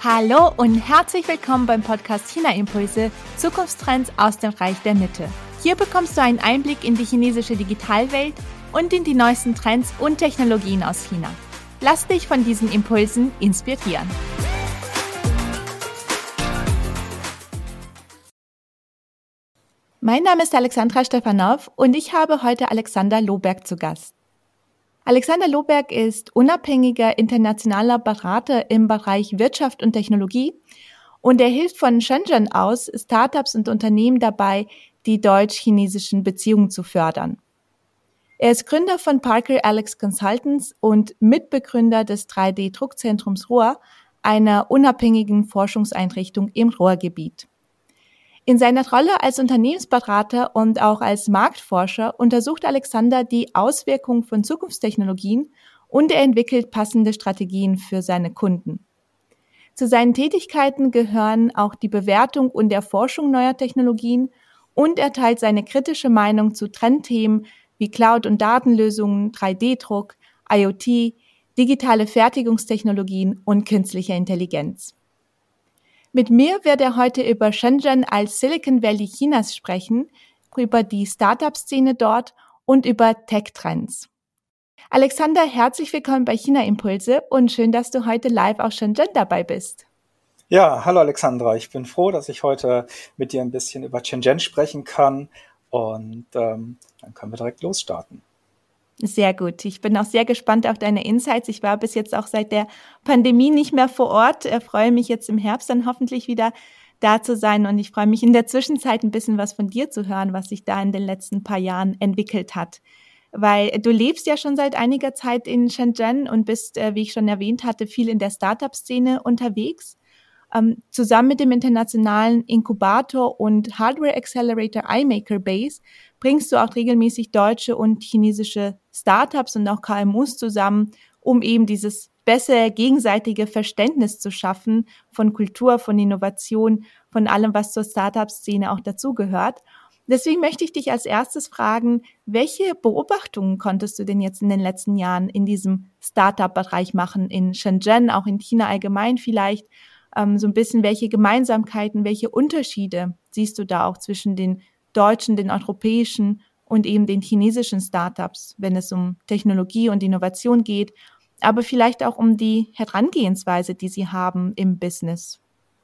Hallo und herzlich willkommen beim Podcast China Impulse, Zukunftstrends aus dem Reich der Mitte. Hier bekommst du einen Einblick in die chinesische Digitalwelt und in die neuesten Trends und Technologien aus China. Lass dich von diesen Impulsen inspirieren. Mein Name ist Alexandra Stefanow und ich habe heute Alexander Lohberg zu Gast. Alexander Lohberg ist unabhängiger internationaler Berater im Bereich Wirtschaft und Technologie und er hilft von Shenzhen aus Startups und Unternehmen dabei, die deutsch-chinesischen Beziehungen zu fördern. Er ist Gründer von Parker Alex Consultants und Mitbegründer des 3D-Druckzentrums Ruhr, einer unabhängigen Forschungseinrichtung im Ruhrgebiet. In seiner Rolle als Unternehmensberater und auch als Marktforscher untersucht Alexander die Auswirkungen von Zukunftstechnologien und er entwickelt passende Strategien für seine Kunden. Zu seinen Tätigkeiten gehören auch die Bewertung und Erforschung neuer Technologien und er teilt seine kritische Meinung zu Trendthemen wie Cloud- und Datenlösungen, 3D-Druck, IoT, digitale Fertigungstechnologien und künstliche Intelligenz. Mit mir wird er heute über Shenzhen als Silicon Valley Chinas sprechen, über die Startup-Szene dort und über Tech-Trends. Alexander, herzlich willkommen bei China Impulse und schön, dass du heute live aus Shenzhen dabei bist. Ja, hallo Alexandra, ich bin froh, dass ich heute mit dir ein bisschen über Shenzhen sprechen kann und dann können wir direkt losstarten. Sehr gut. Ich bin auch sehr gespannt auf deine Insights. Ich war bis jetzt auch seit der Pandemie nicht mehr vor Ort. Freue mich jetzt im Herbst dann hoffentlich wieder da zu sein. Und ich freue mich in der Zwischenzeit ein bisschen was von dir zu hören, was sich da in den letzten paar Jahren entwickelt hat. Weil du lebst ja schon seit einiger Zeit in Shenzhen und bist, wie ich schon erwähnt hatte, viel in der Startup-Szene unterwegs. Zusammen mit dem internationalen Inkubator und Hardware Accelerator iMaker Base bringst du auch regelmäßig deutsche und chinesische Startups und auch KMUs zusammen, um eben dieses bessere gegenseitige Verständnis zu schaffen von Kultur, von Innovation, von allem, was zur Startup-Szene auch dazugehört. Deswegen möchte ich dich als erstes fragen, welche Beobachtungen konntest du denn jetzt in den letzten Jahren in diesem Startup-Bereich machen, in Shenzhen, auch in China allgemein vielleicht? So ein bisschen, welche Gemeinsamkeiten, welche Unterschiede siehst du da auch zwischen den deutschen, den europäischen und eben den chinesischen Startups, wenn es um Technologie und Innovation geht, aber vielleicht auch um die Herangehensweise, die sie haben im Business?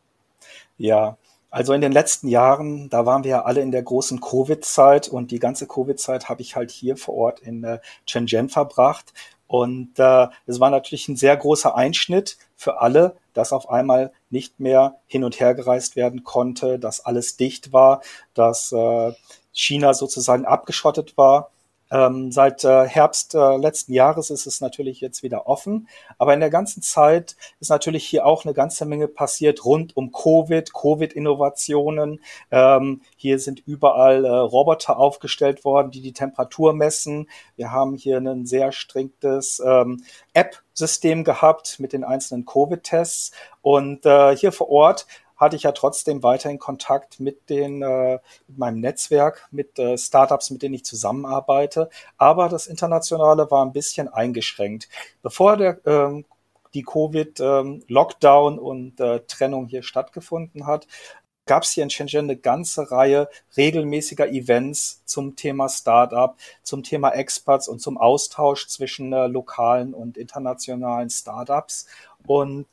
Ja, also in den letzten Jahren, da waren wir ja alle in der großen Covid-Zeit und die ganze Covid-Zeit habe ich halt hier vor Ort in Shenzhen verbracht. Und es war natürlich ein sehr großer Einschnitt für alle, dass auf einmal nicht mehr hin und her gereist werden konnte, dass alles dicht war, dass China sozusagen abgeschottet war. Seit Herbst letzten Jahres ist es natürlich jetzt wieder offen. Aber in der ganzen Zeit ist natürlich hier auch eine ganze Menge passiert rund um Covid-Innovationen. Hier sind überall Roboter aufgestellt worden, die die Temperatur messen. Wir haben hier ein sehr striktes App-System gehabt mit den einzelnen Covid-Tests. Und hier vor Ort hatte ich ja trotzdem weiterhin Kontakt mit mit meinem Netzwerk, mit Startups, mit denen ich zusammenarbeite. Aber das Internationale war ein bisschen eingeschränkt. Bevor die Covid-Lockdown und Trennung hier stattgefunden hat, gab es hier in Shenzhen eine ganze Reihe regelmäßiger Events zum Thema Startup, zum Thema Experts und zum Austausch zwischen lokalen und internationalen Startups. Und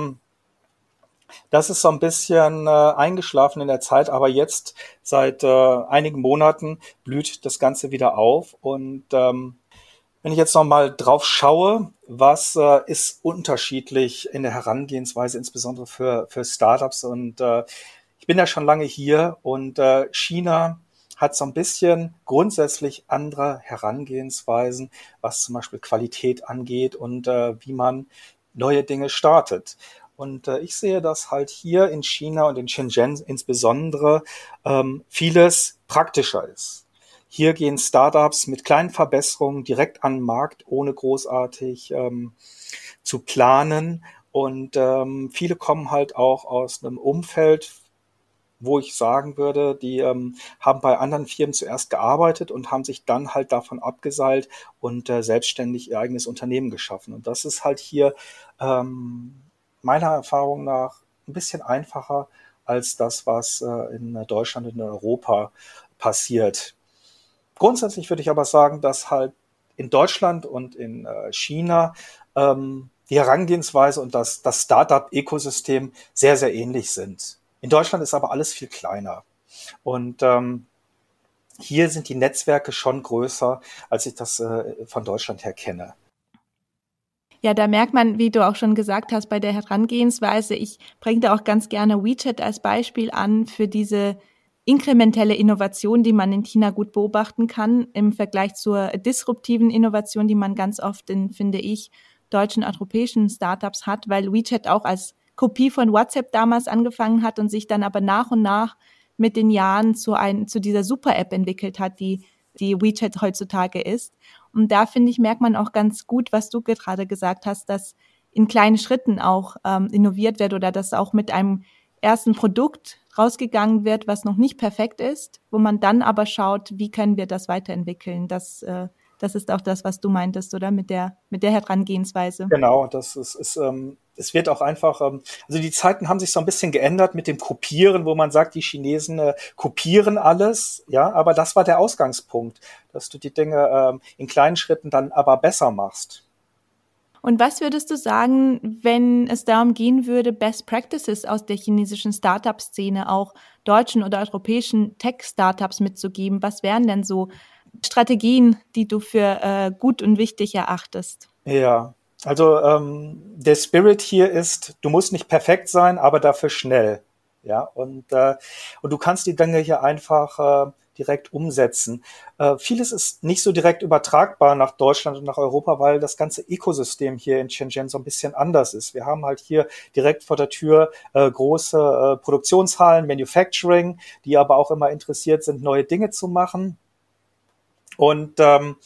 das ist so ein bisschen eingeschlafen in der Zeit, aber jetzt seit einigen Monaten blüht das Ganze wieder auf. Und wenn ich jetzt noch mal drauf schaue, was ist unterschiedlich in der Herangehensweise, insbesondere für Startups. Und ich bin ja schon lange hier und China hat so ein bisschen grundsätzlich andere Herangehensweisen, was zum Beispiel Qualität angeht und wie man neue Dinge startet. Und ich sehe, dass halt hier in China und in Shenzhen insbesondere vieles praktischer ist. Hier gehen Startups mit kleinen Verbesserungen direkt an den Markt, ohne großartig zu planen. Und viele kommen halt auch aus einem Umfeld, wo ich sagen würde, die haben bei anderen Firmen zuerst gearbeitet und haben sich dann halt davon abgeseilt und selbstständig ihr eigenes Unternehmen geschaffen. Und das ist halt hier meiner Erfahrung nach ein bisschen einfacher als das, was in Deutschland und in Europa passiert. Grundsätzlich würde ich aber sagen, dass halt in Deutschland und in China die Herangehensweise und das Startup-Ökosystem sehr, sehr ähnlich sind. In Deutschland ist aber alles viel kleiner. Und hier sind die Netzwerke schon größer, als ich das von Deutschland her kenne. Ja, da merkt man, wie du auch schon gesagt hast, bei der Herangehensweise, ich bringe da auch ganz gerne WeChat als Beispiel an für diese inkrementelle Innovation, die man in China gut beobachten kann, im Vergleich zur disruptiven Innovation, die man ganz oft in, finde ich, deutschen, europäischen Startups hat, weil WeChat auch als Kopie von WhatsApp damals angefangen hat und sich dann aber nach und nach mit den Jahren zu dieser Super-App entwickelt hat, die WeChat heutzutage ist. Und da, finde ich, merkt man auch ganz gut, was du gerade gesagt hast, dass in kleinen Schritten auch innoviert wird oder dass auch mit einem ersten Produkt rausgegangen wird, was noch nicht perfekt ist, wo man dann aber schaut, wie können wir das weiterentwickeln. Das ist auch das, was du meintest, oder? Mit der Herangehensweise. Genau, es wird auch einfach, also die Zeiten haben sich so ein bisschen geändert mit dem Kopieren, wo man sagt, die Chinesen kopieren alles, ja, aber das war der Ausgangspunkt, dass du die Dinge in kleinen Schritten dann aber besser machst. Und was würdest du sagen, wenn es darum gehen würde, Best Practices aus der chinesischen Startup-Szene auch deutschen oder europäischen Tech-Startups mitzugeben? Was wären denn so Strategien, die du für gut und wichtig erachtest? Ja, also der Spirit hier ist, du musst nicht perfekt sein, aber dafür schnell. Ja, und du kannst die Dinge hier einfach direkt umsetzen. Vieles ist nicht so direkt übertragbar nach Deutschland und nach Europa, weil das ganze Ökosystem hier in Shenzhen so ein bisschen anders ist. Wir haben halt hier direkt vor der Tür große Produktionshallen, Manufacturing, die aber auch immer interessiert sind, neue Dinge zu machen. Und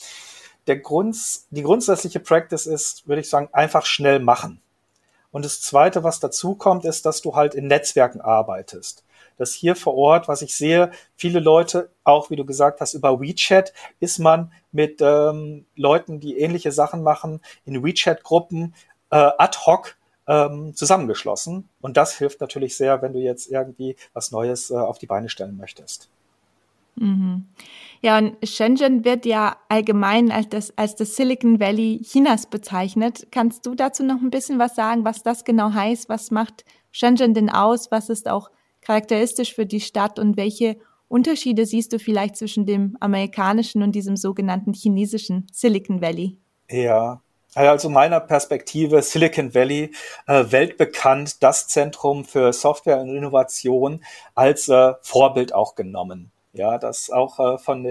die grundsätzliche Practice ist, würde ich sagen, einfach schnell machen. Und das Zweite, was dazu kommt, ist, dass du halt in Netzwerken arbeitest. Dass hier vor Ort, was ich sehe, viele Leute, auch wie du gesagt hast, über WeChat ist man mit Leuten, die ähnliche Sachen machen, in WeChat-Gruppen ad hoc zusammengeschlossen. Und das hilft natürlich sehr, wenn du jetzt irgendwie was Neues auf die Beine stellen möchtest. Mhm. Ja, und Shenzhen wird ja allgemein als das Silicon Valley Chinas bezeichnet. Kannst du dazu noch ein bisschen was sagen, was das genau heißt? Was macht Shenzhen denn aus? Was ist auch charakteristisch für die Stadt und welche Unterschiede siehst du vielleicht zwischen dem amerikanischen und diesem sogenannten chinesischen Silicon Valley? Ja, also meiner Perspektive Silicon Valley, weltbekannt, das Zentrum für Software und Innovation als Vorbild auch genommen. Ja, das auch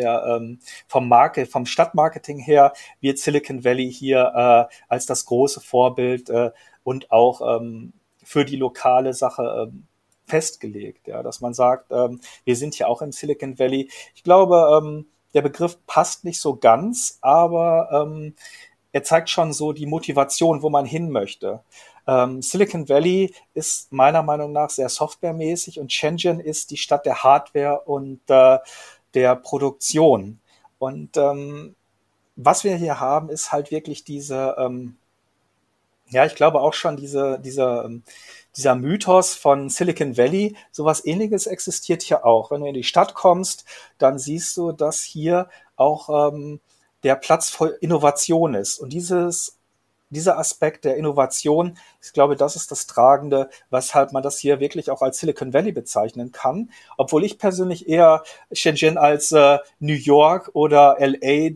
vom Stadtmarketing her wird Silicon Valley hier als das große Vorbild und auch für die lokale Sache festgelegt. Ja, dass man sagt, wir sind hier auch im Silicon Valley. Ich glaube, der Begriff passt nicht so ganz, aber er zeigt schon so die Motivation, wo man hin möchte. Silicon Valley ist meiner Meinung nach sehr softwaremäßig und Shenzhen ist die Stadt der Hardware und der Produktion. Und was wir hier haben, ist halt wirklich ja, ich glaube auch schon dieser Mythos von Silicon Valley, sowas Ähnliches existiert hier auch. Wenn du in die Stadt kommst, dann siehst du, dass hier auch der Platz für Innovation ist. Und dieser Aspekt der Innovation, ich glaube, das ist das Tragende, weshalb man das hier wirklich auch als Silicon Valley bezeichnen kann. Obwohl ich persönlich eher Shenzhen als New York oder LA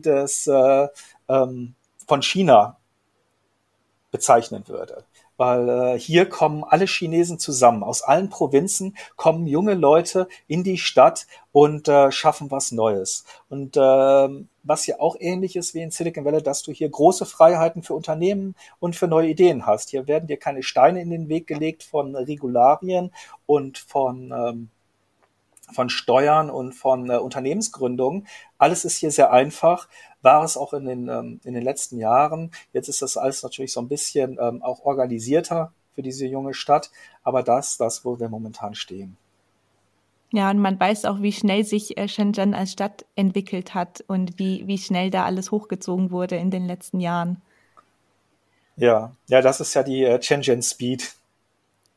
von China bezeichnen würde. Weil hier kommen alle Chinesen zusammen. Aus allen Provinzen kommen junge Leute in die Stadt und schaffen was Neues. Und was hier auch ähnlich ist wie in Silicon Valley, dass du hier große Freiheiten für Unternehmen und für neue Ideen hast. Hier werden dir keine Steine in den Weg gelegt von Regularien und von Steuern und von Unternehmensgründungen. Alles ist hier sehr einfach, war es auch in den letzten Jahren. Jetzt ist das alles natürlich so ein bisschen auch organisierter für diese junge Stadt, aber das, wo wir momentan stehen. Ja, und man weiß auch, wie schnell sich Shenzhen als Stadt entwickelt hat und wie schnell da alles hochgezogen wurde in den letzten Jahren. Ja, ja, das ist ja die Shenzhen Speed.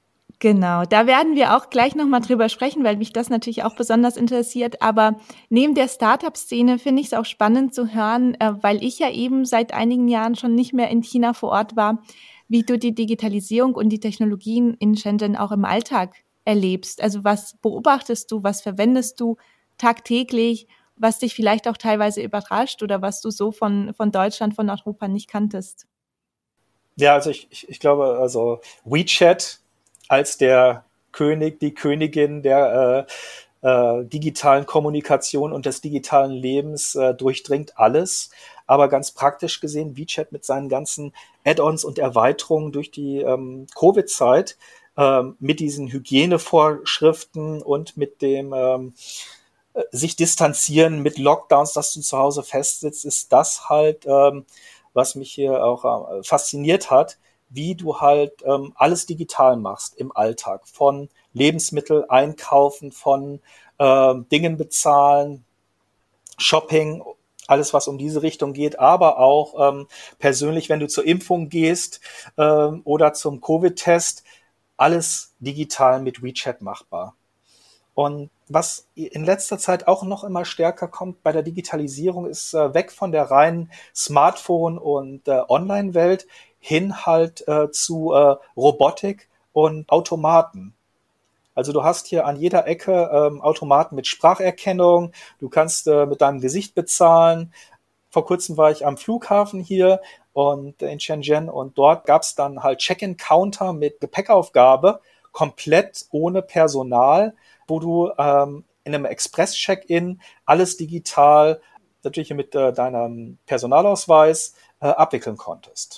Genau, da werden wir auch gleich nochmal drüber sprechen, weil mich das natürlich auch besonders interessiert. Aber neben der Startup-Szene finde ich es auch spannend zu hören, weil ich ja eben seit einigen Jahren schon nicht mehr in China vor Ort war, wie du die Digitalisierung und die Technologien in Shenzhen auch im Alltag erlebst. Also was beobachtest du, was verwendest du tagtäglich, was dich vielleicht auch teilweise überrascht oder was du so von Deutschland, von Europa nicht kanntest? Ja, also ich glaube, also WeChat als der König, die Königin der digitalen Kommunikation und des digitalen Lebens durchdringt alles. Aber ganz praktisch gesehen, WeChat mit seinen ganzen Add-ons und Erweiterungen durch die Covid-Zeit, mit diesen Hygienevorschriften und mit dem sich distanzieren mit Lockdowns, dass du zu Hause festsitzt, ist das halt, was mich hier auch fasziniert hat, wie du halt alles digital machst im Alltag. Von Lebensmittel einkaufen, von Dingen bezahlen, Shopping, alles, was um diese Richtung geht, aber auch persönlich, wenn du zur Impfung gehst oder zum Covid-Test, alles digital mit WeChat machbar. Und was in letzter Zeit auch noch immer stärker kommt bei der Digitalisierung, ist weg von der reinen Smartphone- und Online-Welt hin halt zu Robotik und Automaten. Also du hast hier an jeder Ecke Automaten mit Spracherkennung, du kannst mit deinem Gesicht bezahlen. Vor kurzem war ich am Flughafen hier und in Shenzhen und dort gab es dann halt Check-in-Counter mit Gepäckaufgabe, komplett ohne Personal, wo du in einem Express-Check-in alles digital, natürlich mit deinem Personalausweis, abwickeln konntest.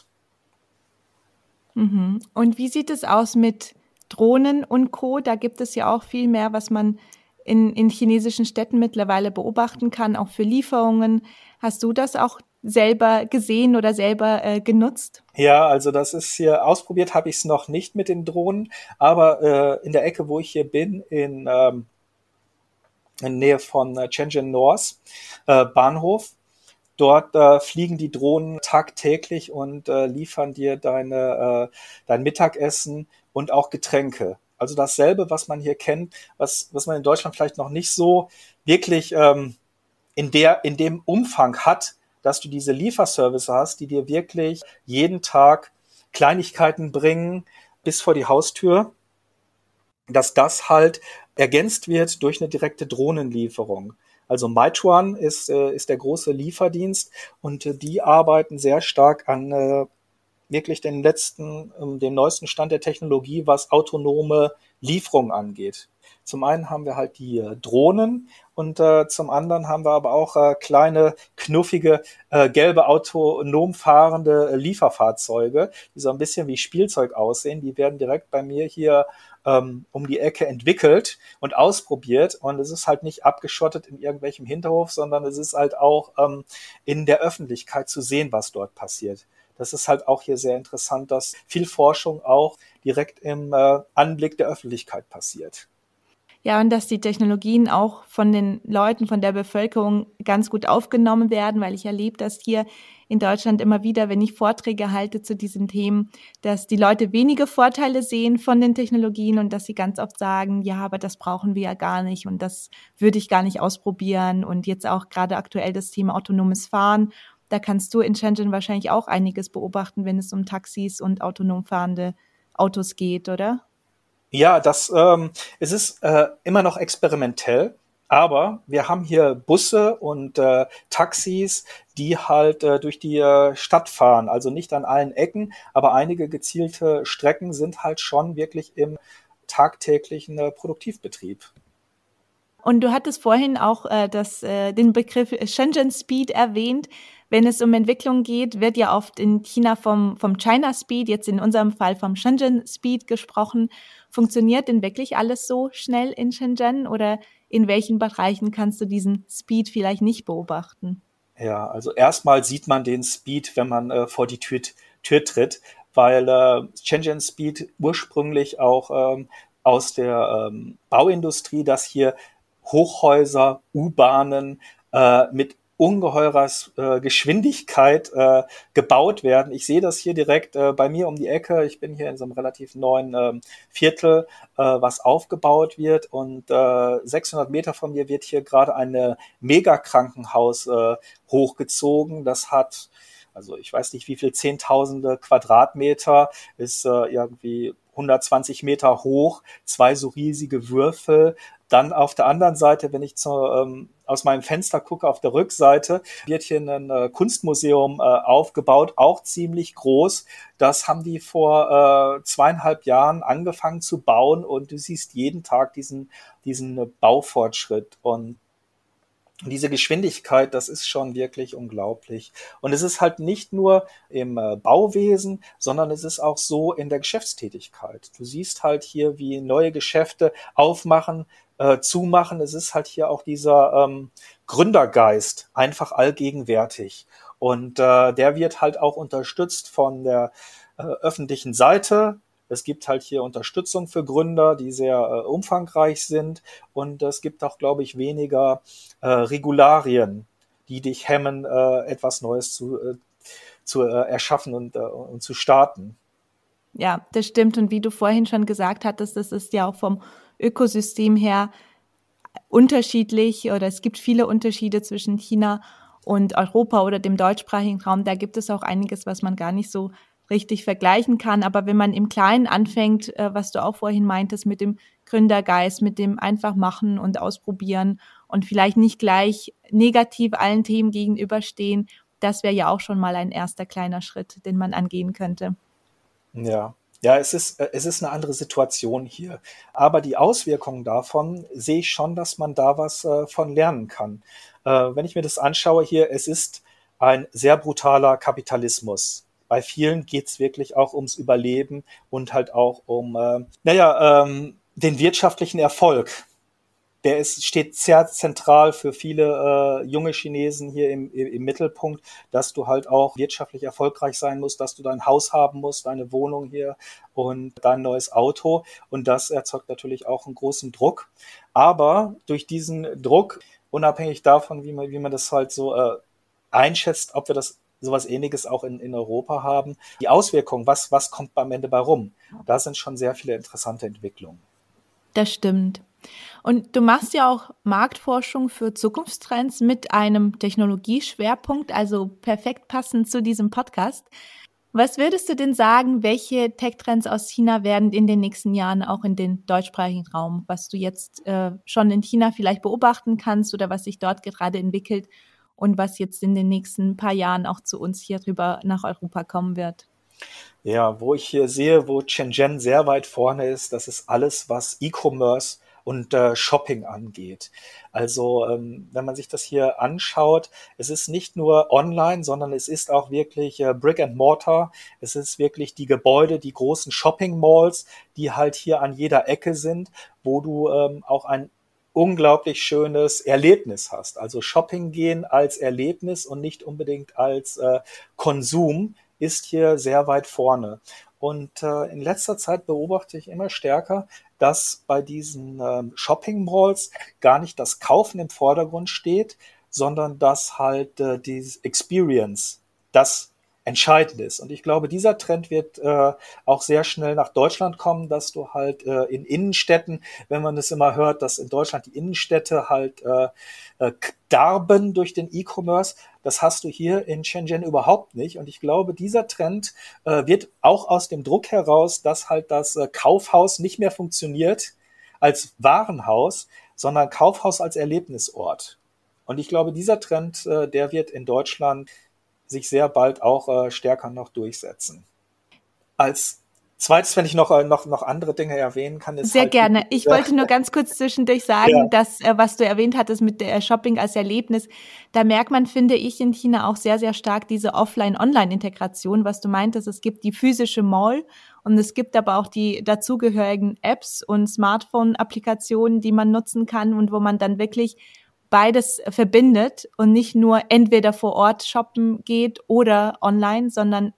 Mhm. Und wie sieht es aus mit Drohnen und Co.? Da gibt es ja auch viel mehr, was man in chinesischen Städten mittlerweile beobachten kann, auch für Lieferungen. Hast du das auch selber gesehen oder selber genutzt? Ja, also das ist hier ausprobiert, habe ich es noch nicht mit den Drohnen, aber in der Ecke, wo ich hier bin, in Nähe von Shenzhen North Bahnhof, dort fliegen die Drohnen tagtäglich und liefern dir dein Mittagessen und auch Getränke. Also dasselbe, was man hier kennt, was man in Deutschland vielleicht noch nicht so wirklich in dem Umfang hat, dass du diese Lieferservice hast, die dir wirklich jeden Tag Kleinigkeiten bringen bis vor die Haustür, dass das halt ergänzt wird durch eine direkte Drohnenlieferung. Also Meituan ist der große Lieferdienst und die arbeiten sehr stark an wirklich dem neuesten Stand der Technologie, was autonome Lieferung angeht. Zum einen haben wir halt die Drohnen und zum anderen haben wir aber auch kleine, knuffige, gelbe, autonom fahrende Lieferfahrzeuge, die so ein bisschen wie Spielzeug aussehen. Die werden direkt bei mir hier um die Ecke entwickelt und ausprobiert. Und es ist halt nicht abgeschottet in irgendwelchem Hinterhof, sondern es ist halt auch in der Öffentlichkeit zu sehen, was dort passiert. Das ist halt auch hier sehr interessant, dass viel Forschung auch direkt im Anblick der Öffentlichkeit passiert. Ja, und dass die Technologien auch von den Leuten, von der Bevölkerung ganz gut aufgenommen werden, weil ich erlebe das hier in Deutschland immer wieder, wenn ich Vorträge halte zu diesen Themen, dass die Leute wenige Vorteile sehen von den Technologien und dass sie ganz oft sagen, ja, aber das brauchen wir ja gar nicht und das würde ich gar nicht ausprobieren. Und jetzt auch gerade aktuell das Thema autonomes Fahren. Da kannst du in Shenzhen wahrscheinlich auch einiges beobachten, wenn es um Taxis und autonom fahrende Autos geht, oder? Ja, es ist immer noch experimentell, aber wir haben hier Busse und Taxis, die halt durch die Stadt fahren. Also nicht an allen Ecken, aber einige gezielte Strecken sind halt schon wirklich im tagtäglichen Produktivbetrieb. Und du hattest vorhin auch den Begriff Shenzhen Speed erwähnt. Wenn es um Entwicklung geht, wird ja oft in China vom China Speed, jetzt in unserem Fall vom Shenzhen Speed gesprochen. Funktioniert denn wirklich alles so schnell in Shenzhen oder in welchen Bereichen kannst du diesen Speed vielleicht nicht beobachten? Ja, also erstmal sieht man den Speed, wenn man vor die Tür tritt, weil Shenzhen Speed ursprünglich auch aus der Bauindustrie, dass hier Hochhäuser, U-Bahnen mit ungeheurer Geschwindigkeit gebaut werden. Ich sehe das hier direkt bei mir um die Ecke. Ich bin hier in so einem relativ neuen Viertel, was aufgebaut wird, und 600 Meter von mir wird hier gerade ein Megakrankenhaus hochgezogen. Das hat, also ich weiß nicht wie viel, Zehntausende Quadratmeter, ist irgendwie 120 Meter hoch, 2 so riesige Würfel. Dann auf der anderen Seite, wenn ich aus meinem Fenster gucke, auf der Rückseite, wird hier ein Kunstmuseum aufgebaut, auch ziemlich groß. Das haben die vor 2,5 Jahren angefangen zu bauen, und du siehst jeden Tag diesen Baufortschritt. Und diese Geschwindigkeit, das ist schon wirklich unglaublich. Und es ist halt nicht nur im Bauwesen, sondern es ist auch so in der Geschäftstätigkeit. Du siehst halt hier, wie neue Geschäfte aufmachen, zumachen. Es ist halt hier auch dieser Gründergeist einfach allgegenwärtig. Und der wird halt auch unterstützt von der öffentlichen Seite. Es gibt halt hier Unterstützung für Gründer, die sehr umfangreich sind, und es gibt auch, glaube ich, weniger Regularien, die dich hemmen, etwas Neues zu erschaffen und zu starten. Ja, das stimmt. Und wie du vorhin schon gesagt hattest, das ist ja auch vom Ökosystem her unterschiedlich, oder es gibt viele Unterschiede zwischen China und Europa oder dem deutschsprachigen Raum. Da gibt es auch einiges, was man gar nicht so richtig vergleichen kann. Aber wenn man im Kleinen anfängt, was du auch vorhin meintest, mit dem Gründergeist, mit dem einfach machen und ausprobieren und vielleicht nicht gleich negativ allen Themen gegenüberstehen, das wäre ja auch schon mal ein erster kleiner Schritt, den man angehen könnte. Ja. Ja, es ist eine andere Situation hier. Aber die Auswirkungen davon sehe ich schon, dass man da was von lernen kann. Wenn ich mir das anschaue hier, es ist ein sehr brutaler Kapitalismus. Bei vielen geht's wirklich auch ums Überleben und halt auch um, den wirtschaftlichen Erfolg. Steht sehr zentral für viele junge Chinesen hier im Mittelpunkt, dass du halt auch wirtschaftlich erfolgreich sein musst, dass du dein Haus haben musst, deine Wohnung hier und dein neues Auto. Und das erzeugt natürlich auch einen großen Druck. Aber durch diesen Druck, unabhängig davon, wie man das halt so einschätzt, ob wir das sowas Ähnliches auch in Europa haben, die Auswirkungen, was kommt am Ende bei rum? Da sind schon sehr viele interessante Entwicklungen. Das stimmt. Und du machst ja auch Marktforschung für Zukunftstrends mit einem Technologieschwerpunkt, also perfekt passend zu diesem Podcast. Was würdest du denn sagen, welche Tech-Trends aus China werden in den nächsten Jahren auch in den deutschsprachigen Raum, was du jetzt schon in China vielleicht beobachten kannst oder was sich dort gerade entwickelt und was jetzt in den nächsten paar Jahren auch zu uns hier drüber nach Europa kommen wird? Ja, wo ich hier sehe, wo Shenzhen sehr weit vorne ist, das ist alles, was E-Commerce und Shopping angeht. Also wenn man sich das hier anschaut, es ist nicht nur online, sondern es ist auch wirklich Brick and Mortar. Es ist wirklich die Gebäude, die großen Shopping Malls, die halt hier an jeder Ecke sind, wo du auch ein unglaublich schönes Erlebnis hast. Also Shopping gehen als Erlebnis und nicht unbedingt als Konsum ist hier sehr weit vorne. Und in letzter Zeit beobachte ich immer stärker, dass bei diesen Shopping Malls gar nicht das Kaufen im Vordergrund steht, sondern dass halt die Experience das entscheidend ist. Und ich glaube, dieser Trend wird auch sehr schnell nach Deutschland kommen, dass du halt in Innenstädten, wenn man es immer hört, dass in Deutschland die Innenstädte halt darben durch den E-Commerce, das hast du hier in Shenzhen überhaupt nicht. Und ich glaube, dieser Trend wird auch aus dem Druck heraus, dass halt das Kaufhaus nicht mehr funktioniert als Warenhaus, sondern Kaufhaus als Erlebnisort. Und ich glaube, dieser Trend, der wird in Deutschland sich sehr bald auch stärker noch durchsetzen. Als zweites, wenn ich noch andere Dinge erwähnen kann, ist sehr halt gerne. Ich wollte nur ganz kurz zwischendurch sagen, ja, dass, was du erwähnt hattest mit der Shopping als Erlebnis, da merkt man, finde ich, in China auch sehr, sehr stark diese Offline-Online-Integration, was du meintest. Es gibt die physische Mall und es gibt aber auch die dazugehörigen Apps und Smartphone-Applikationen, die man nutzen kann und wo man dann wirklich beides verbindet und nicht nur entweder vor Ort shoppen geht oder online, sondern ich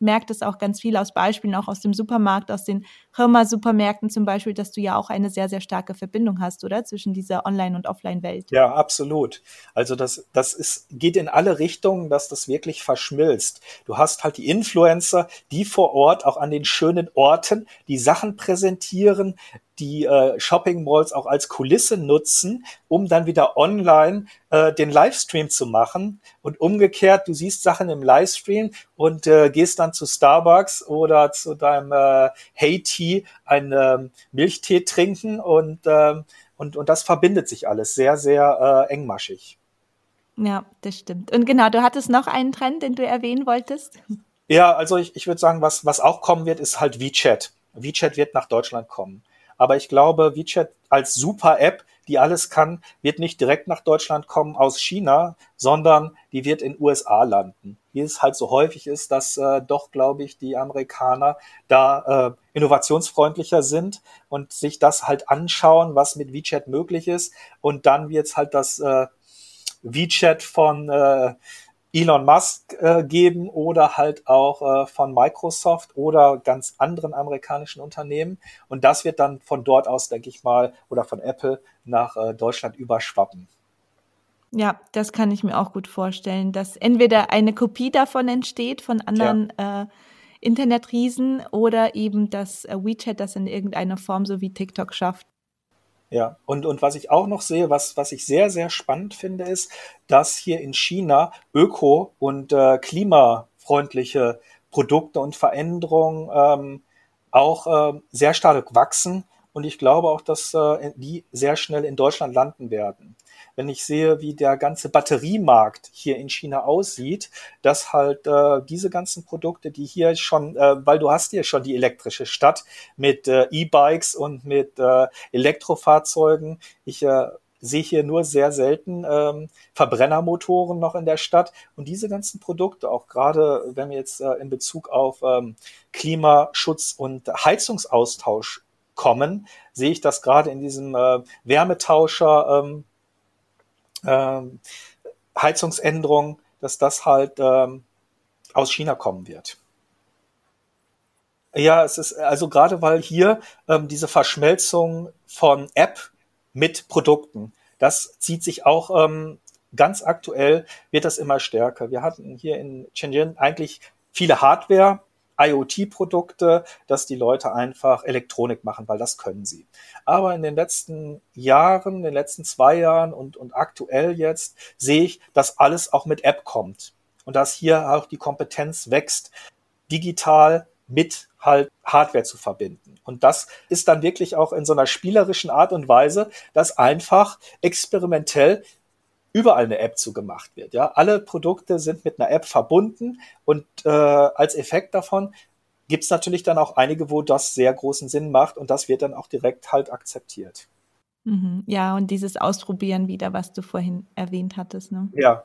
merke das auch ganz viel aus Beispielen, auch aus dem Supermarkt, aus den Firma-Supermärkten zum Beispiel, dass du ja auch eine sehr, sehr starke Verbindung hast, oder? Zwischen dieser Online- und Offline-Welt. Ja, absolut. Also geht in alle Richtungen, dass das wirklich verschmilzt. Du hast halt die Influencer, die vor Ort auch an den schönen Orten die Sachen präsentieren, die Shopping Malls auch als Kulisse nutzen, um dann wieder online den Livestream zu machen. Und umgekehrt, du siehst Sachen im Livestream und gehst dann zu Starbucks oder zu deinem Hey Tea einen Milchtee trinken und das verbindet sich alles sehr, sehr engmaschig. Ja, das stimmt. Und genau, du hattest noch einen Trend, den du erwähnen wolltest? Ja, also ich würde sagen, was auch kommen wird, ist halt WeChat. WeChat wird nach Deutschland kommen. Aber ich glaube, WeChat als Super-App, die alles kann, wird nicht direkt nach Deutschland kommen aus China, sondern die wird in USA landen. Wie es halt so häufig ist, dass doch, glaube ich, die Amerikaner da innovationsfreundlicher sind und sich das halt anschauen, was mit WeChat möglich ist. Und dann wird es halt das WeChat von Elon Musk geben oder halt auch von Microsoft oder ganz anderen amerikanischen Unternehmen. Und das wird dann von dort aus, denke ich mal, oder von Apple nach Deutschland überschwappen. Ja, das kann ich mir auch gut vorstellen, dass entweder eine Kopie davon entsteht von Ja. anderen Internetriesen oder eben dass WeChat das in irgendeiner Form so wie TikTok schafft. Ja, und was ich auch noch sehe, was ich sehr, sehr spannend finde, ist, dass hier in China öko- und klimafreundliche Produkte und Veränderungen auch sehr stark wachsen. Und ich glaube auch, dass die sehr schnell in Deutschland landen werden. Wenn ich sehe, wie der ganze Batteriemarkt hier in China aussieht, dass halt diese ganzen Produkte, die hier schon, weil du hast hier schon die elektrische Stadt mit E-Bikes und mit Elektrofahrzeugen. Ich sehe hier nur sehr selten Verbrennermotoren noch in der Stadt. Und diese ganzen Produkte, auch gerade wenn wir jetzt in Bezug auf Klimaschutz und Heizungsaustausch kommen, sehe ich das gerade in diesem Wärmetauscher ähm, Heizungsänderung, dass das halt aus China kommen wird. Ja, es ist also gerade weil hier diese Verschmelzung von App mit Produkten, das zieht sich auch ganz aktuell, wird das immer stärker. Wir hatten hier in Shenzhen eigentlich viele Hardware, IoT-Produkte, dass die Leute einfach Elektronik machen, weil das können sie. Aber in den letzten Jahren, in den letzten 2 Jahren und aktuell jetzt sehe ich, dass alles auch mit App kommt und dass hier auch die Kompetenz wächst, digital mit halt Hardware zu verbinden. Und das ist dann wirklich auch in so einer spielerischen Art und Weise, dass einfach experimentell überall eine App zu gemacht wird. Ja, alle Produkte sind mit einer App verbunden und als Effekt davon gibt es natürlich dann auch einige, wo das sehr großen Sinn macht und das wird dann auch direkt halt akzeptiert. Mhm. Ja, und dieses Ausprobieren wieder, was du vorhin erwähnt hattest, ne? Ja,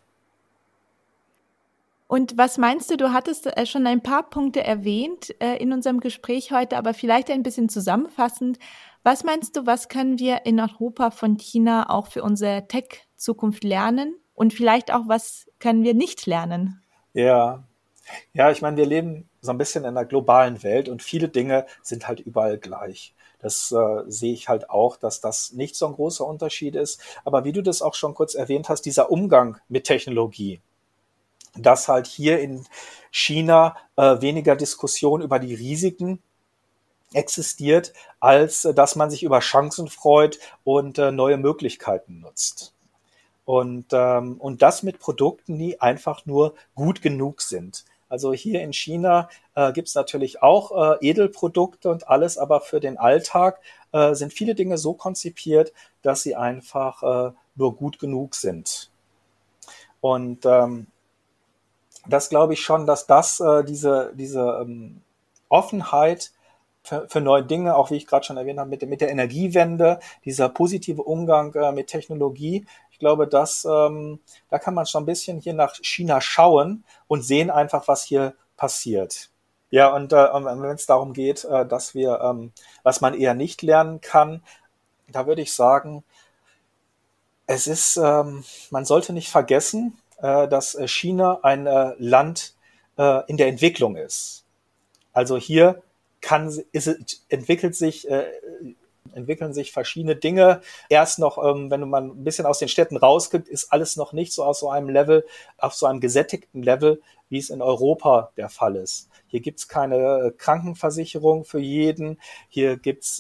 Und was meinst du, du hattest schon ein paar Punkte erwähnt in unserem Gespräch heute, aber vielleicht ein bisschen zusammenfassend. Was meinst du, was können wir in Europa von China auch für unsere Tech-Zukunft lernen? Und vielleicht auch, was können wir nicht lernen? ja. Ja, ich meine, wir leben so ein bisschen in einer globalen Welt und viele Dinge sind halt überall gleich. Das sehe ich halt auch, dass das nicht so ein großer Unterschied ist. Aber wie du das auch schon kurz erwähnt hast, dieser Umgang mit Technologie, dass halt hier in China weniger Diskussion über die Risiken existiert, als dass man sich über Chancen freut und neue Möglichkeiten nutzt. Und das mit Produkten, die einfach nur gut genug sind. Also hier in China gibt es natürlich auch Edelprodukte und alles, aber für den Alltag sind viele Dinge so konzipiert, dass sie einfach nur gut genug sind. Und das glaube ich schon, dass das diese Offenheit für neue Dinge, auch wie ich gerade schon erwähnt habe, mit der Energiewende, dieser positive Umgang mit Technologie, ich glaube, da kann man schon ein bisschen hier nach China schauen und sehen einfach, was hier passiert. Ja, und wenn es darum geht, dass wir, was man eher nicht lernen kann, da würde ich sagen, man sollte nicht vergessen, dass China ein Land in der Entwicklung ist. Also hier entwickeln sich verschiedene Dinge. Erst noch, wenn man ein bisschen aus den Städten rausgibt, ist alles noch nicht so auf so einem Level, auf so einem gesättigten Level, wie es in Europa der Fall ist. Hier gibt's keine Krankenversicherung für jeden. Hier gibt's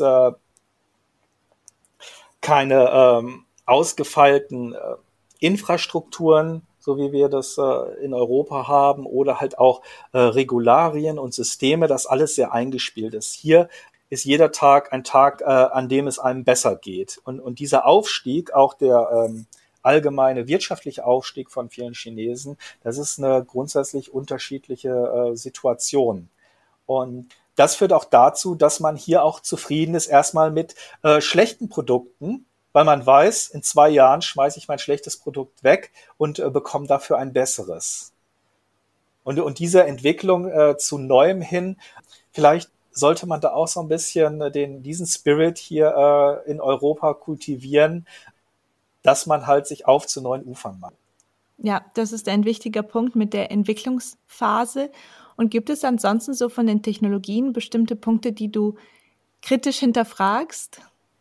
keine ausgefeilten Infrastrukturen, so wie wir das in Europa haben, oder halt auch Regularien und Systeme, das alles sehr eingespielt ist. Hier ist jeder Tag ein Tag, an dem es einem besser geht. Und dieser Aufstieg, auch der allgemeine wirtschaftliche Aufstieg von vielen Chinesen, das ist eine grundsätzlich unterschiedliche Situation. Und das führt auch dazu, dass man hier auch zufrieden ist, erstmal mit schlechten Produkten, weil man weiß, in 2 Jahren schmeiße ich mein schlechtes Produkt weg und bekomme dafür ein besseres. Und diese Entwicklung zu Neuem hin, vielleicht sollte man da auch so ein bisschen diesen Spirit hier in Europa kultivieren, dass man halt sich auf zu neuen Ufern macht. Ja, das ist ein wichtiger Punkt mit der Entwicklungsphase. Und gibt es ansonsten so von den Technologien bestimmte Punkte, die du kritisch hinterfragst?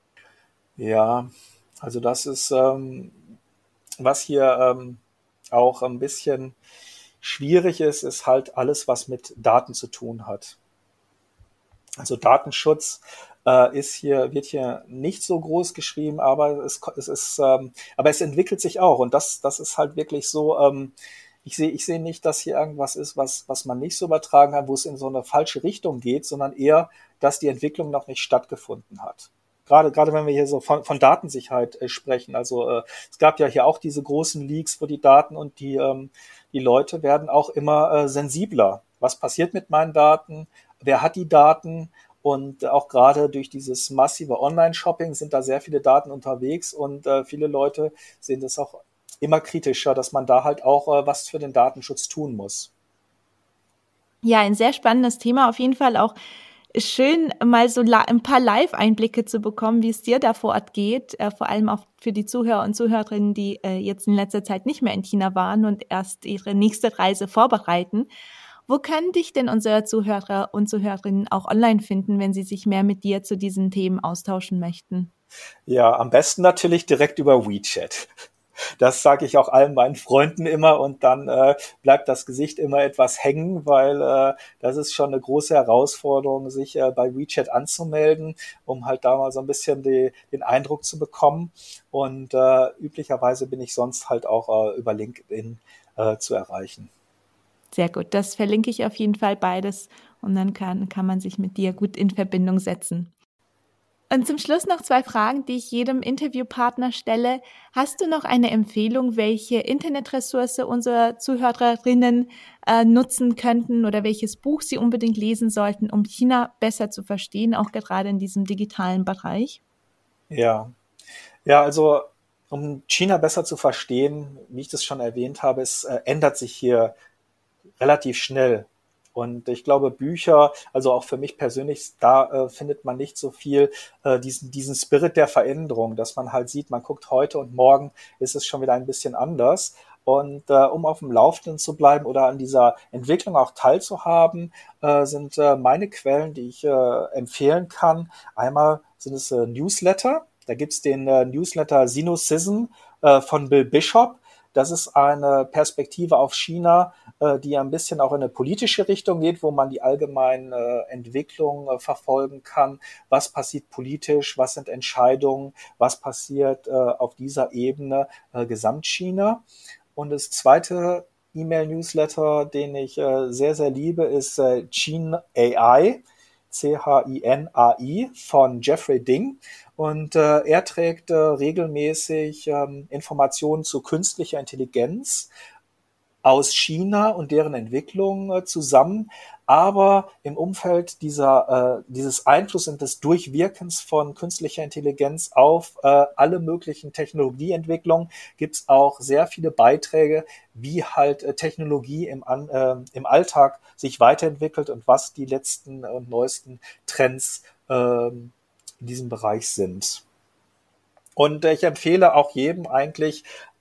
Ja, also das ist, was hier auch ein bisschen schwierig ist, ist halt alles, was mit Daten zu tun hat. Also Datenschutz wird hier nicht so groß geschrieben, aber aber es entwickelt sich auch. Und das ist halt wirklich so, ich sehe nicht, dass hier irgendwas ist, was man nicht so übertragen kann, wo es in so eine falsche Richtung geht, sondern eher, dass die Entwicklung noch nicht stattgefunden hat. Gerade wenn wir hier so von Datensicherheit sprechen. Also es gab ja hier auch diese großen Leaks, wo die Daten und die Leute werden auch immer sensibler. Was passiert mit meinen Daten? Wer hat die Daten? Und auch gerade durch dieses massive Online-Shopping sind da sehr viele Daten unterwegs und viele Leute sehen das auch immer kritischer, dass man da halt auch was für den Datenschutz tun muss. Ja, ein sehr spannendes Thema. Auf jeden Fall auch schön, mal so ein paar Live-Einblicke zu bekommen, wie es dir da vor Ort geht. Vor allem auch für die Zuhörer und Zuhörerinnen, die jetzt in letzter Zeit nicht mehr in China waren und erst ihre nächste Reise vorbereiten. Wo können dich denn unsere Zuhörer und Zuhörerinnen auch online finden, wenn sie sich mehr mit dir zu diesen Themen austauschen möchten? Ja, am besten natürlich direkt über WeChat. Das sage ich auch allen meinen Freunden immer und dann bleibt das Gesicht immer etwas hängen, weil das ist schon eine große Herausforderung, sich bei WeChat anzumelden, um halt da mal so ein bisschen den Eindruck zu bekommen. Und üblicherweise bin ich sonst halt auch über LinkedIn zu erreichen. Sehr gut, das verlinke ich auf jeden Fall beides und dann kann man sich mit dir gut in Verbindung setzen. Und zum Schluss noch 2 Fragen, die ich jedem Interviewpartner stelle. Hast du noch eine Empfehlung, welche Internetressource unsere Zuhörerinnen nutzen könnten oder welches Buch sie unbedingt lesen sollten, um China besser zu verstehen, auch gerade in diesem digitalen Bereich? Ja, ja, also um China besser zu verstehen, wie ich das schon erwähnt habe, es ändert sich hier relativ schnell. Und ich glaube, Bücher, also auch für mich persönlich, da findet man nicht so viel diesen Spirit der Veränderung, dass man halt sieht, man guckt heute und morgen ist es schon wieder ein bisschen anders. Und um auf dem Laufenden zu bleiben oder an dieser Entwicklung auch teilzuhaben, sind meine Quellen, die ich empfehlen kann. Einmal sind es Newsletter. Da gibt's den Newsletter Sinocism von Bill Bishop. Das ist eine Perspektive auf China, die ein bisschen auch in eine politische Richtung geht, wo man die allgemeinen Entwicklungen verfolgen kann. Was passiert politisch? Was sind Entscheidungen? Was passiert auf dieser Ebene Gesamtchina? Und das zweite E-Mail-Newsletter, den ich sehr, sehr liebe, ist Chin AI. CHINAI von Jeffrey Ding. Und er trägt regelmäßig Informationen zu künstlicher Intelligenz aus China und deren Entwicklung zusammen, aber im Umfeld dieses Einfluss und des Durchwirkens von künstlicher Intelligenz auf alle möglichen Technologieentwicklungen gibt es auch sehr viele Beiträge, wie halt Technologie im Alltag sich weiterentwickelt und was die letzten und neuesten Trends in diesem Bereich sind. Und ich empfehle auch jedem eigentlich,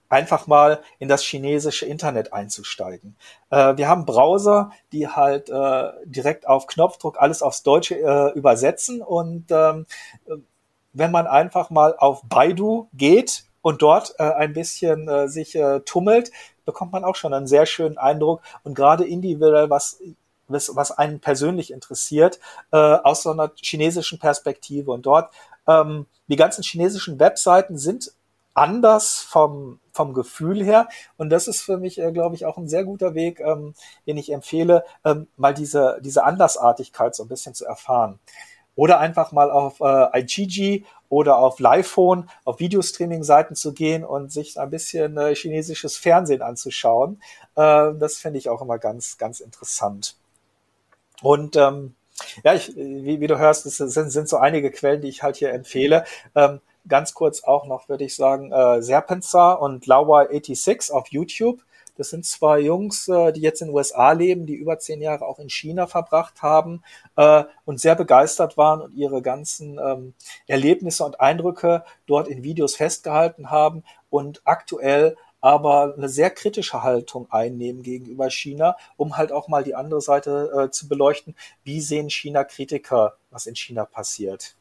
einfach mal in das chinesische Internet einzusteigen. Wir haben Browser, die halt direkt auf Knopfdruck alles aufs Deutsche übersetzen und wenn man einfach mal auf Baidu geht und dort ein bisschen sich tummelt, bekommt man auch schon einen sehr schönen Eindruck und gerade individuell, was einen persönlich interessiert, aus so einer chinesischen Perspektive. Und dort, die ganzen chinesischen Webseiten sind anders vom Gefühl her. Und das ist für mich, glaube ich, auch ein sehr guter Weg, den ich empfehle, mal diese Andersartigkeit so ein bisschen zu erfahren. Oder einfach mal auf iGigi oder auf Livephone, auf Videostreaming-Seiten zu gehen und sich ein bisschen chinesisches Fernsehen anzuschauen. Das finde ich auch immer ganz, ganz interessant. Und ja, wie du hörst, es sind so einige Quellen, die ich halt hier empfehle. Ganz kurz auch noch, würde ich sagen, Serpenzar und Laowa86 auf YouTube. Das sind zwei Jungs, die jetzt in den USA leben, die über 10 Jahre auch in China verbracht haben und sehr begeistert waren und ihre ganzen Erlebnisse und Eindrücke dort in Videos festgehalten haben und aktuell aber eine sehr kritische Haltung einnehmen gegenüber China, um halt auch mal die andere Seite zu beleuchten. Wie sehen China-Kritiker, was in China passiert?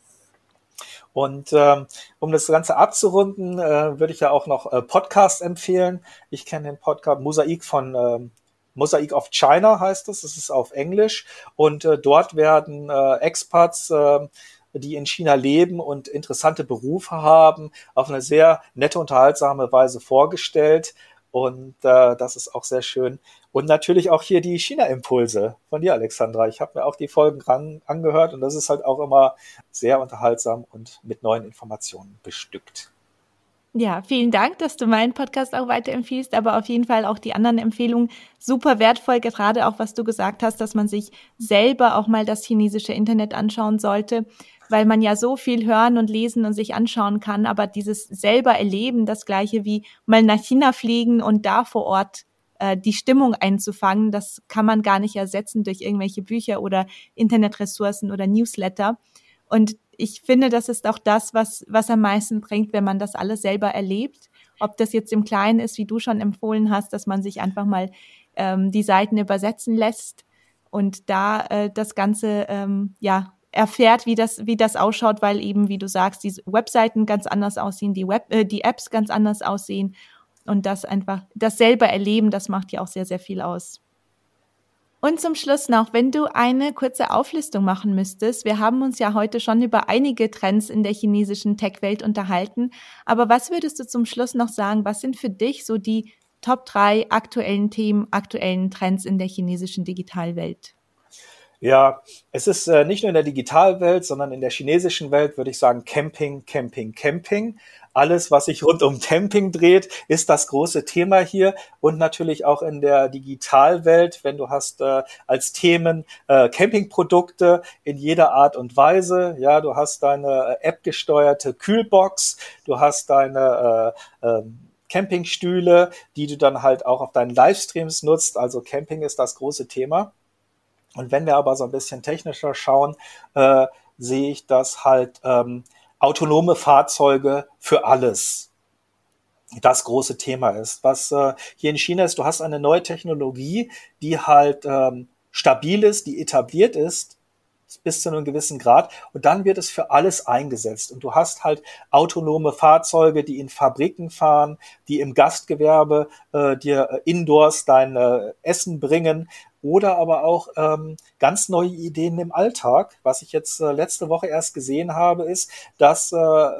Und um das Ganze abzurunden, würde ich ja auch noch Podcasts empfehlen. Ich kenne den Podcast Mosaik von Mosaic of China heißt es. Das ist auf Englisch. Und dort werden Expats, die in China leben und interessante Berufe haben, auf eine sehr nette, unterhaltsame Weise vorgestellt. Und das ist auch sehr schön. Und natürlich auch hier die China-Impulse von dir, Alexandra. Ich habe mir auch die Folgen angehört und das ist halt auch immer sehr unterhaltsam und mit neuen Informationen bestückt. Ja, vielen Dank, dass du meinen Podcast auch weiterempfiehlst, aber auf jeden Fall auch die anderen Empfehlungen super wertvoll, gerade auch was du gesagt hast, dass man sich selber auch mal das chinesische Internet anschauen sollte, weil man ja so viel hören und lesen und sich anschauen kann, aber dieses selber erleben, das Gleiche wie mal nach China fliegen und da vor Ort die Stimmung einzufangen, das kann man gar nicht ersetzen durch irgendwelche Bücher oder Internetressourcen oder Newsletter. Und ich finde, das ist auch das, was am meisten bringt, wenn man das alles selber erlebt. Ob das jetzt im Kleinen ist, wie du schon empfohlen hast, dass man sich einfach mal die Seiten übersetzen lässt und da das Ganze erfährt, wie das ausschaut, weil eben, wie du sagst, die Webseiten ganz anders aussehen, die Apps ganz anders aussehen und das selber erleben, das macht ja auch sehr, sehr viel aus. Und zum Schluss noch, wenn du eine kurze Auflistung machen müsstest, wir haben uns ja heute schon über einige Trends in der chinesischen Tech-Welt unterhalten, aber was würdest du zum Schluss noch sagen, was sind für dich so die Top 3 aktuellen Themen, aktuellen Trends in der chinesischen Digitalwelt? Ja, es ist nicht nur in der Digitalwelt, sondern in der chinesischen Welt würde ich sagen Camping, Camping, Camping. Alles, was sich rund um Camping dreht, ist das große Thema hier und natürlich auch in der Digitalwelt, wenn du hast als Themen Campingprodukte in jeder Art und Weise. Ja, du hast deine App-gesteuerte Kühlbox, du hast deine Campingstühle, die du dann halt auch auf deinen Livestreams nutzt. Also Camping ist das große Thema. Und wenn wir aber so ein bisschen technischer schauen, sehe ich, dass halt autonome Fahrzeuge für alles das große Thema ist. Was hier in China ist, du hast eine neue Technologie, die halt stabil ist, die etabliert ist, bis zu einem gewissen Grad und dann wird es für alles eingesetzt und du hast halt autonome Fahrzeuge, die in Fabriken fahren, die im Gastgewerbe dir indoors dein Essen bringen oder aber auch ganz neue Ideen im Alltag. Was ich jetzt letzte Woche erst gesehen habe, ist, dass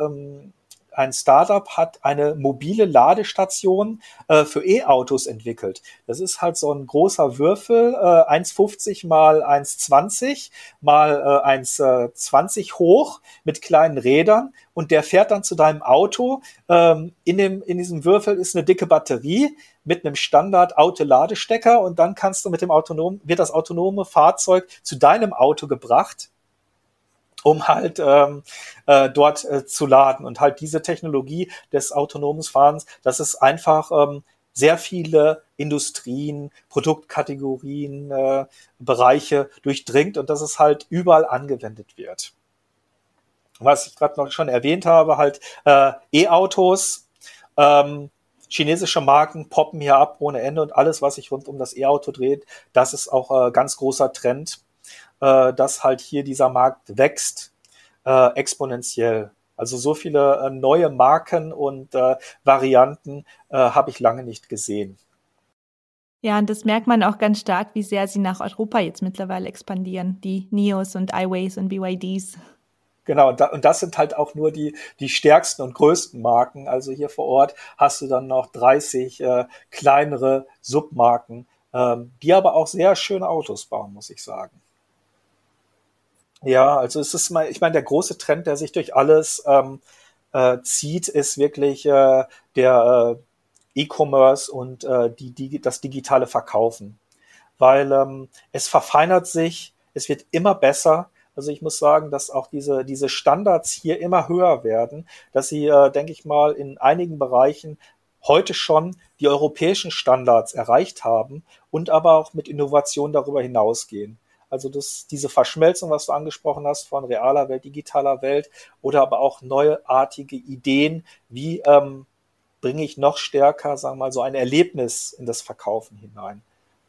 ein Startup hat eine mobile Ladestation für E-Autos entwickelt. Das ist halt so ein großer Würfel, 1,50 mal 1,20 mal 1,20 hoch mit kleinen Rädern und der fährt dann zu deinem Auto. In diesem Würfel ist eine dicke Batterie mit einem Standard-Auto-Ladestecker und dann wird das autonome Fahrzeug zu deinem Auto gebracht, um halt dort zu laden. Und halt diese Technologie des autonomen Fahrens, das ist einfach sehr viele Industrien, Produktkategorien, Bereiche durchdringt und dass es halt überall angewendet wird. Was ich gerade noch schon erwähnt habe, halt E-Autos, chinesische Marken poppen hier ab ohne Ende und alles, was sich rund um das E-Auto dreht, das ist auch ganz großer Trend, dass halt hier dieser Markt wächst, exponentiell. Also so viele neue Marken und Varianten habe ich lange nicht gesehen. Ja, und das merkt man auch ganz stark, wie sehr sie nach Europa jetzt mittlerweile expandieren, die NIOs und iWays und BYDs. Genau, und das sind halt auch nur die stärksten und größten Marken. Also hier vor Ort hast du dann noch 30 kleinere Submarken, die aber auch sehr schöne Autos bauen, muss ich sagen. Ja, also es ist mal, ich meine, der große Trend, der sich durch alles zieht, ist wirklich der E-Commerce und das digitale Verkaufen. Weil es verfeinert sich, es wird immer besser. Also ich muss sagen, dass auch diese Standards hier immer höher werden, dass sie, denke ich mal, in einigen Bereichen heute schon die europäischen Standards erreicht haben und aber auch mit Innovation darüber hinausgehen. Also diese Verschmelzung, was du angesprochen hast, von realer Welt, digitaler Welt oder aber auch neuartige Ideen, wie bringe ich noch stärker, sagen wir mal, so ein Erlebnis in das Verkaufen hinein.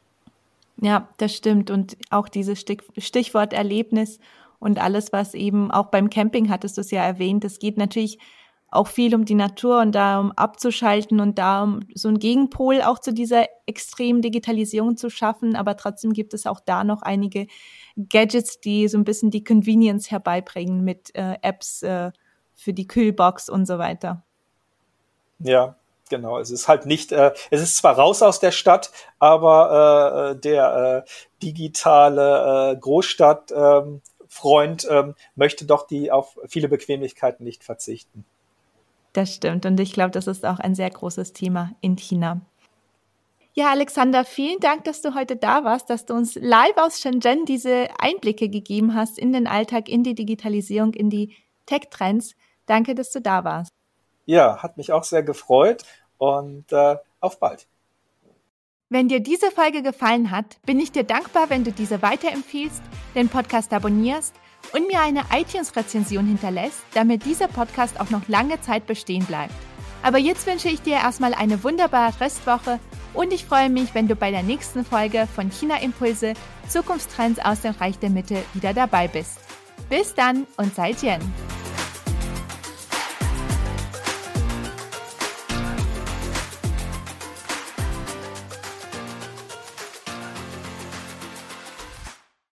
Ja, das stimmt. Und auch dieses Stichwort Erlebnis und alles, was eben auch beim Camping hattest du es ja erwähnt, es geht natürlich auch viel um die Natur und darum abzuschalten und darum so einen Gegenpol auch zu dieser extremen Digitalisierung zu schaffen. Aber trotzdem gibt es auch da noch einige Gadgets, die so ein bisschen die Convenience herbeibringen mit Apps für die Kühlbox und so weiter. Ja, genau. Es ist halt nicht, es ist zwar raus aus der Stadt, aber der digitale Großstadtfreund möchte doch die auf viele Bequemlichkeiten nicht verzichten. Das stimmt. Und ich glaube, das ist auch ein sehr großes Thema in China. Ja, Alexander, vielen Dank, dass du heute da warst, dass du uns live aus Shenzhen diese Einblicke gegeben hast in den Alltag, in die Digitalisierung, in die Tech-Trends. Danke, dass du da warst. Ja, hat mich auch sehr gefreut und auf bald. Wenn dir diese Folge gefallen hat, bin ich dir dankbar, wenn du diese weiterempfiehlst, den Podcast abonnierst und mir eine iTunes-Rezension hinterlässt, damit dieser Podcast auch noch lange Zeit bestehen bleibt. Aber jetzt wünsche ich dir erstmal eine wunderbare Restwoche und ich freue mich, wenn du bei der nächsten Folge von China Impulse Zukunftstrends aus dem Reich der Mitte wieder dabei bist. Bis dann und 再见!